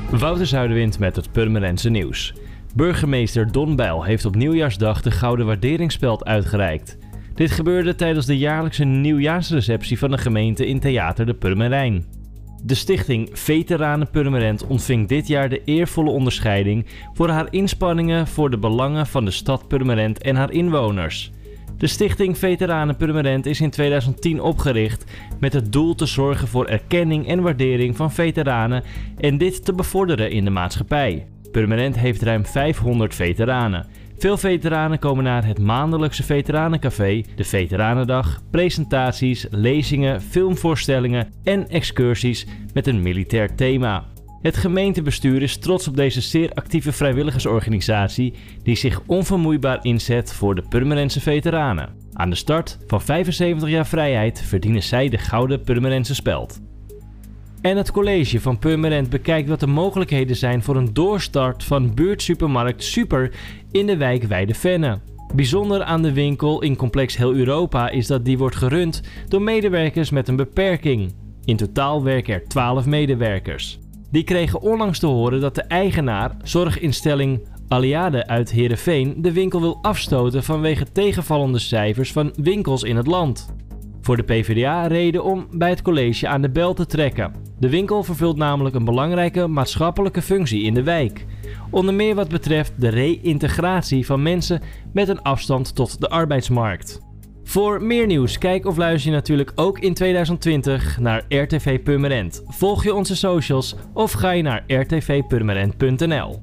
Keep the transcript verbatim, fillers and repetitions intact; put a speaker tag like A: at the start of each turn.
A: Wouter Zuiderwind met het Purmerendse nieuws. Burgemeester Don Bijl heeft op Nieuwjaarsdag de Gouden Waarderingsspeld uitgereikt. Dit gebeurde tijdens de jaarlijkse nieuwjaarsreceptie van de gemeente in Theater de Purmerijn. De stichting Veteranen Purmerend ontving dit jaar de eervolle onderscheiding voor haar inspanningen voor de belangen van de stad Purmerend en haar inwoners. De stichting Veteranen Purmerend is in tweeduizend tien opgericht met het doel te zorgen voor erkenning en waardering van veteranen en dit te bevorderen in de maatschappij. Purmerend heeft ruim vijfhonderd veteranen. Veel veteranen komen naar het maandelijkse veteranencafé, de Veteranendag, presentaties, lezingen, filmvoorstellingen en excursies met een militair thema. Het gemeentebestuur is trots op deze zeer actieve vrijwilligersorganisatie die zich onvermoeibaar inzet voor de Purmerendse veteranen. Aan de start van vijfenzeventig jaar vrijheid verdienen zij de Gouden Purmerendse Speld. En het college van Purmerend bekijkt wat de mogelijkheden zijn voor een doorstart van buurtsupermarkt Super in de wijk Weide-Venne. Bijzonder aan de winkel in complex Heel Europa is dat die wordt gerund door medewerkers met een beperking. In totaal werken er twaalf medewerkers. Die kregen onlangs te horen dat de eigenaar, zorginstelling Aliade uit Heerenveen, de winkel wil afstoten vanwege tegenvallende cijfers van winkels in het land. Voor de P v d A reden om bij het college aan de bel te trekken. De winkel vervult namelijk een belangrijke maatschappelijke functie in de wijk. Onder meer wat betreft de reïntegratie van mensen met een afstand tot de arbeidsmarkt. Voor meer nieuws, kijk of luister je natuurlijk ook in tweeduizend twintig naar R T V Purmerend. Volg je onze socials of ga je naar r t v purmerend punt n l.